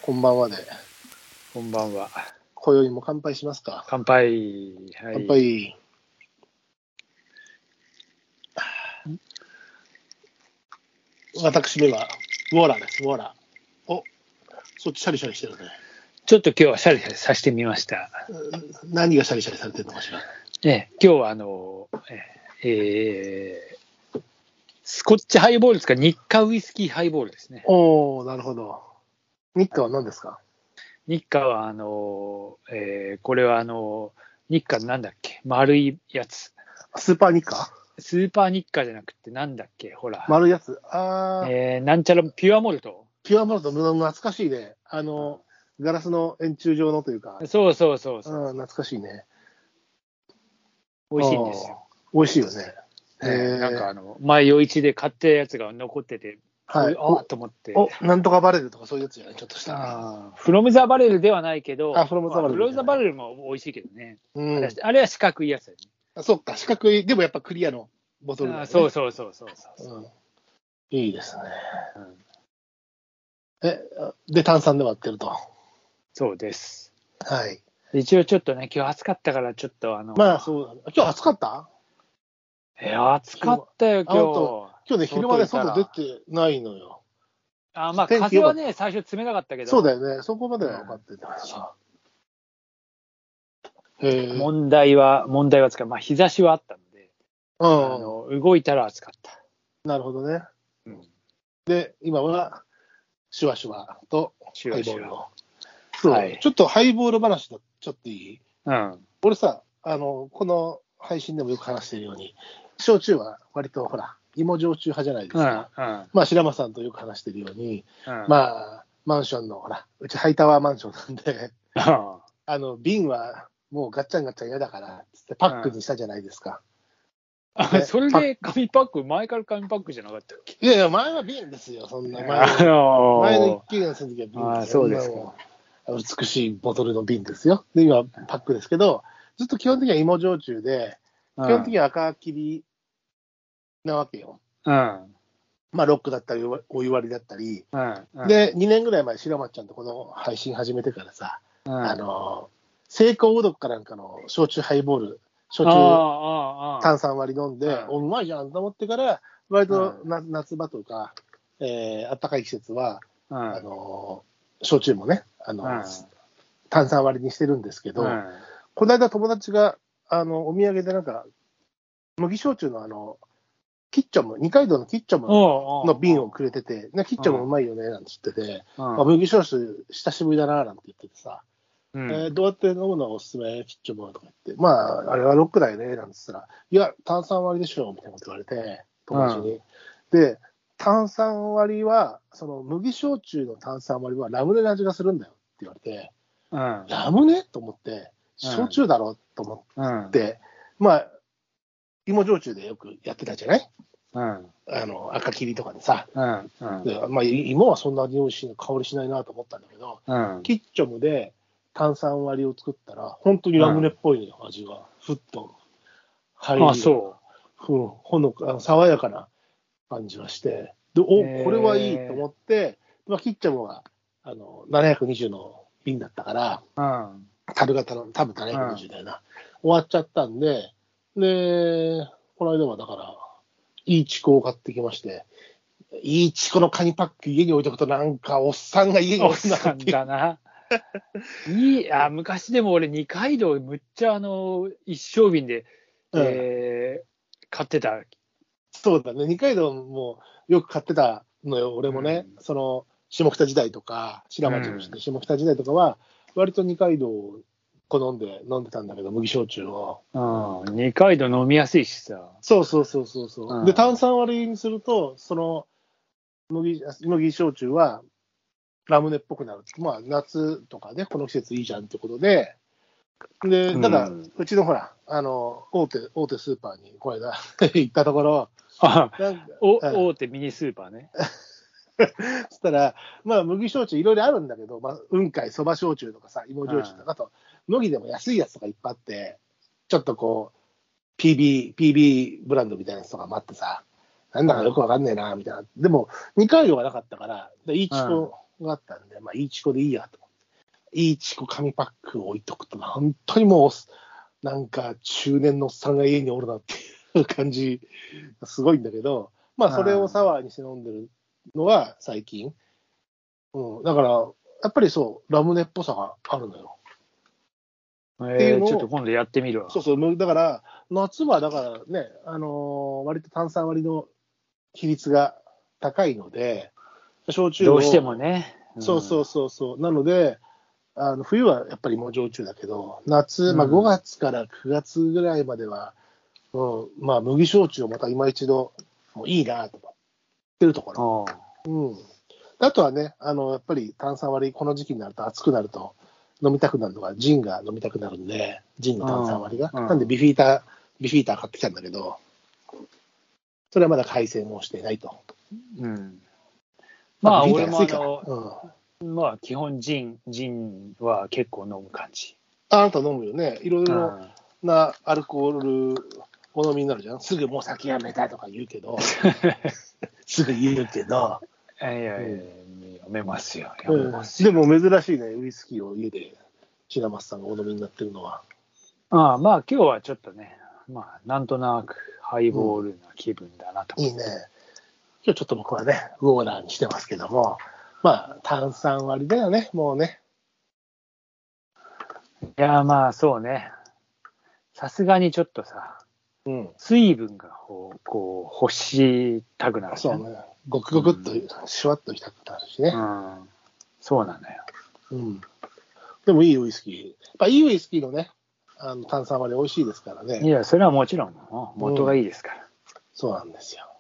こんばんはで。 こんばんは。 今宵も乾杯しますか。 乾杯。はい。 乾杯。私めはウォーラーです。ウォーラー。お、そっちシャリシャリしてるね。 ちょっと今日はシャリシャリさせてみました。 何がシャリシャリされてるのかしら。 今日はスコッチハイボールですか、日課ウイスキーハイボールですね。 おー、なるほど。日課は何ですか。 日課はこれは日課なんだっけ、丸いやつ。 スーパー日課。 スーパー日課じゃなくてなんだっけ、ほら。 丸いやつ。 なんちゃらピュアモルト。 ピュアモルト、懐かしいね。ガラスの円柱状のというか。 そう。 懐かしいね。 美味しいんですよ。 美味しいよね。 なんか前夜市で買ったやつが残ってて、 はい、 あと思って。 なんとかバレルとかそういうやつじゃない、ちょっとした。 フロムザバレルではないけど、 フロムザバレルも美味しいけどね。 うん、 あれは四角いやつだよね。そっか、四角い、でもやっぱクリアのボトルだよね。 そう、 いいですね。で、炭酸で割ってると。 そうです。 はい。 一応ちょっとね、今日暑かったからちょっとまあそうだね。今日暑かった？ 暑かったよ、今日。 今日ね、昼間で外出てないのよ。 まあ風はね、最初冷たかったけど。 そうだよね。そこまでは分かってたからさ。 問題はつか、まあ日差しはあったので、動いたら暑かった。 なるほどね。で、今は、シュワシュワとハイボールを。そう、ちょっとハイボール話だ、ちょっといい？俺さ、この配信でもよく話してるように、焼酎は割とほら、芋焼酎派じゃないですか。まあ、白間さんとよく話してるように、まあ、マンションの、ほら、うちハイタワーマンションなんで、瓶はもうガッチャンガッチャン嫌だから、つってパックにしたじゃないですか。 それで紙パック、前から紙パックじゃなかったっけ？ いやいや、前は瓶ですよ、そんな。前の一軒家住んだ時は瓶ですよ。 そうですか。 美しいボトルの瓶ですよ。で、今、パックですけど、ずっと基本的には芋焼酎で、基本的には赤切りなわけよ。まあ、ロックだったり、お湯割りだったり。で、2年ぐらい前、白松ちゃんとこの配信始めてからさ、成功うどっかなんかの焼酎ハイボール、焼酎炭酸割り飲んで、うまいじゃんと思ってから、割と夏場とか、暖かい季節は、焼酎もね、炭酸割りにしてるんですけど、この間友達が、お土産でなんか、麦焼酎のキッチョム、二階堂のキッチョムの瓶をくれてて、キッチョムうまいよね、なんて言ってて、麦焼酎久しぶりだな、なんて言っててさ、どうやって飲むのがおすすめ、キッチョムとか言って、まあ、あれはロックだよね、なんて言ったら、いや、炭酸割りでしょ、みたいなこと言われて、友達に。で、炭酸割りは、その麦焼酎の炭酸割りはラムネの味がするんだよって言われて、ラムネと思って、焼酎だろと思って、まあ、芋焼酎でよくやってたじゃない？赤切りとかでさ。でまあ、芋はそんなに美味しい香りしないなと思ったんだけど、キッチョムで炭酸割りを作ったら、本当にラムネっぽい、ね味がふっと入る。ほのか爽やかな感じがして、でこれはいいと思って、まあ、キッチョムは720の瓶だったから、樽型の多分720だよな、終わっちゃったんで、で、この間はだから、いいチコを買ってきまして、いいチコのカニパック家に置いとくとなんかおっさんが家に置くなって。おっさんだな。昔でも俺二階堂むっちゃ一升瓶で、買ってた。 そうだね。二階堂もよく買ってたのよ。俺もね、その下北時代とか、白町の下北時代とかは、割と二階堂好んで飲んでたんだけど、麦焼酎を。 二階堂飲みやすいしさ。 そう。で、炭酸割りにすると、その麦焼酎はラムネっぽくなる。まあ、夏とかね、この季節いいじゃんってことで、で、ただ、うちのほら、大手スーパーにこの間行ったところ、 大手ミニスーパーね。 そしたら、まあ、麦焼酎いろいろあるんだけど、まあ、雲海そば焼酎とかさ、芋焼酎とか、あと、麦でも安いやつとかいっぱいあって、ちょっとこう、PB ブランドみたいなやつとかもあってさ、なんだかよくわかんねえな、みたいな。でも、二階堂がなかったから、いいチコがあったんで、まあ、いいチコでいいやと思って。いいチコ紙パックを置いとくと、本当にもう、なんか中年のおっさんが家におるなっていう感じがすごいんだけど、まあ、それをサワーにして飲んでるのは最近。だから、やっぱりそう、ラムネっぽさがあるのよ。 っていうのをちょっと今度やってみるわ。 そうそう、だから、夏はだからね、割と炭酸割りの比率が高いので、焼酎を。 どうしてもね。 そうそうそうそう。なので、冬はやっぱりもう焼酎だけど、夏、まあ5月から9月ぐらいまでは、まあ麦焼酎をまた今一度、もういいなと思ってるところ。あとはね、やっぱり炭酸割り、この時期になると暑くなると飲みたくなるのがジンが飲みたくなるんで、ジンの炭酸割りが。なんでビフィーター買ってきたんだけど、それはまだ改善もしていないと。 まあ、俺もまあ、基本ジンは結構飲む感じ。 あなた飲むよね。いろいろなアルコールお飲みになるじゃん。すぐもう酒やめたとか言うけど、すぐ言うけど。 いややめますよ。 でも珍しいね、ウイスキーを家で白松さんがお飲みになってるのは。 まあ今日はちょっとね、まあなんとなくハイボールな気分だなと。 いいね。今日ちょっと僕はね、ウォーラーにしてますけども、まあ炭酸割りだよね、もうね。 いやまあそうね。さすがにちょっとさ、水分がこう欲したくなる、ね。 そうね。ごくごくっとシュワッとしたくなるしね。 そうなんだよ。 でもいいウイスキー。やっぱいいウイスキーのね、炭酸割り美味しいですからね。 いや、それはもちろん元がいいですから。 そうなんですよ。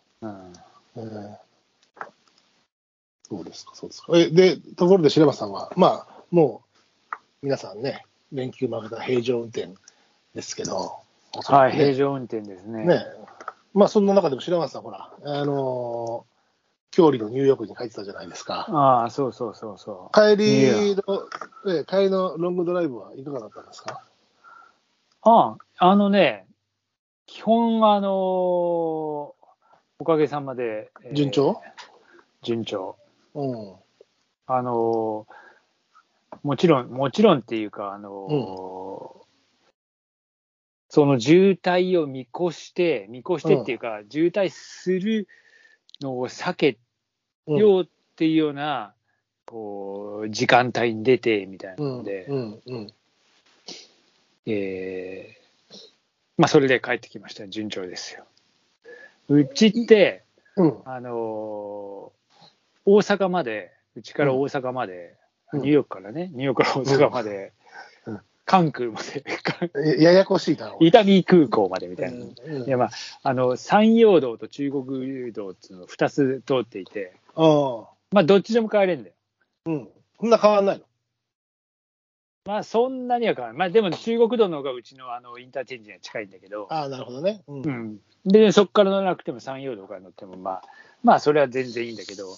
そうですか、そうですか。で、ところで白松さんは、まあ、もう、皆さんね、連休負けた平常運転ですけど。 はい、平常運転ですね。 まあ、そんな中でも白松さん、ほら、郷里のニューヨークに帰ってたじゃないですか。 そう。 帰りのロングドライブはいかがだったんですか？ 基本おかげさまで、 順調。 もちろんっていうか、その渋滞を見越してっていうか、渋滞するのを避けようっていうような、時間帯に出てみたいなので、まあそれで帰ってきました。順調ですよ。うちって、大阪まで、うちから大阪まで、ニューヨークから大阪まで、関空まで、 ややこしいな。 伊丹空港までみたいな。いや、まあ、山陽道と中国道っていうのを2つ通っていて、まあ、どっちでも帰れるんだよ。 そんな変わんないの？ まあ、そんなには変わらない。まあ、でも中国道の方がうちのインターチェンジに近いんだけど。 なるほどね。 で、そこから乗らなくても山陽道から乗っても、まあ、それは全然いいんだけど、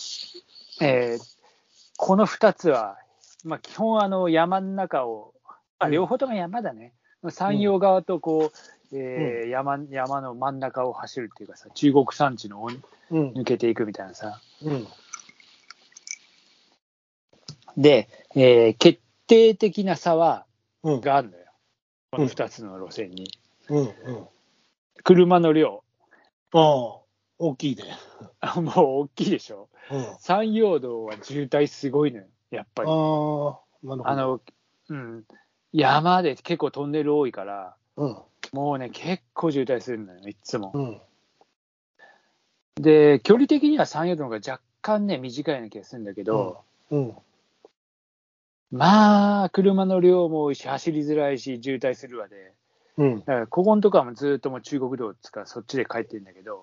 この2つは、まあ、基本山の中を、両方とも山だね。山陽側と山の真ん中を走るっていうかさ、中国山地の抜けていくみたいなさ。で、決定的な差があるのよ。この2つの路線に。車の量。 大きいね。 もう大きいでしょ。山陽道は渋滞すごいのよ、やっぱり。山で結構トンネル多いから、もうね、結構渋滞するのよ、いつも。で、距離的には山陽道の方が若干ね、短いような気がするんだけど、まあ、車の量も多いし、走りづらいし、渋滞するわで。だから、ここのとこはもうずっともう中国道つか、そっちで帰ってるんだけど、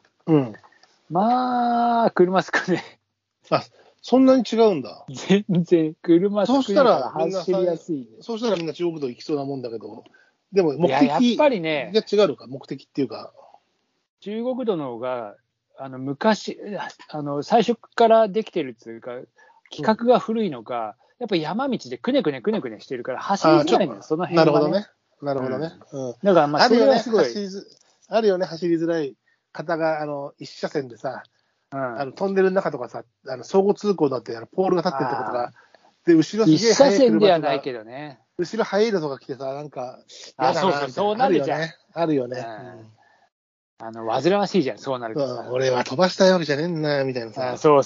まあ、車少ね。 そんなに違うんだ。 全然、車少ないから走りやすい。 そうしたらみんな中国道行きそうなもんだけど、でも目的やっぱりね、 が違うのか、目的っていうか。 中国道の方が、昔、最初からできてるっていうか、規格が古いのか、やっぱり山道でくねくねしてるから走りづらいのよ、その辺は、ね。 なるほどね。 だからまあ、それはすごい。 あるよね、走りづらい方が、一車線でさ、 トンネルの中とかさ、相互通行になってポールが立ってるとことか、で、後ろすげえ一車線ではないけどね。 後ろ速いのとか来てさ、なんか、嫌だな、 そうなるじゃん。 あるよね。 煩わしいじゃん、そうなるとさ。 俺は飛ばしたいわけじゃねえんだ、みたいなさ。 そう。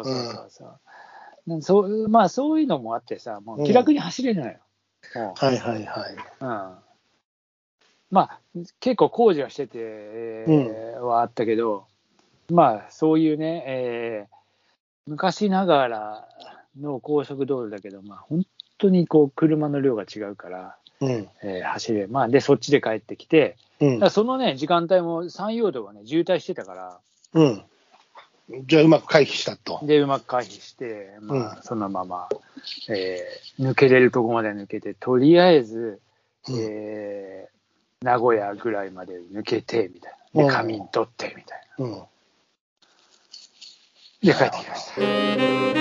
まあ、そういうのもあってさ、もう気楽に走れるのよ。 はいはいはい。 まあ、結構工事はしてて、はあったけど、まあ、そういうね、昔ながらの高速道路だけど、まあ、本当にこう車の量が違うから、走れ、まあ、で、そっちで帰ってきて、そのね、時間帯も山陽道がね、渋滞してたから、 じゃあ、うまく回避したと。 で、うまく回避して、まあ、そのまま、抜けれるとこまで抜けて、とりあえず、名古屋ぐらいまで抜けて、みたいな。で、仮眠取って、みたいな。で、帰ってきました。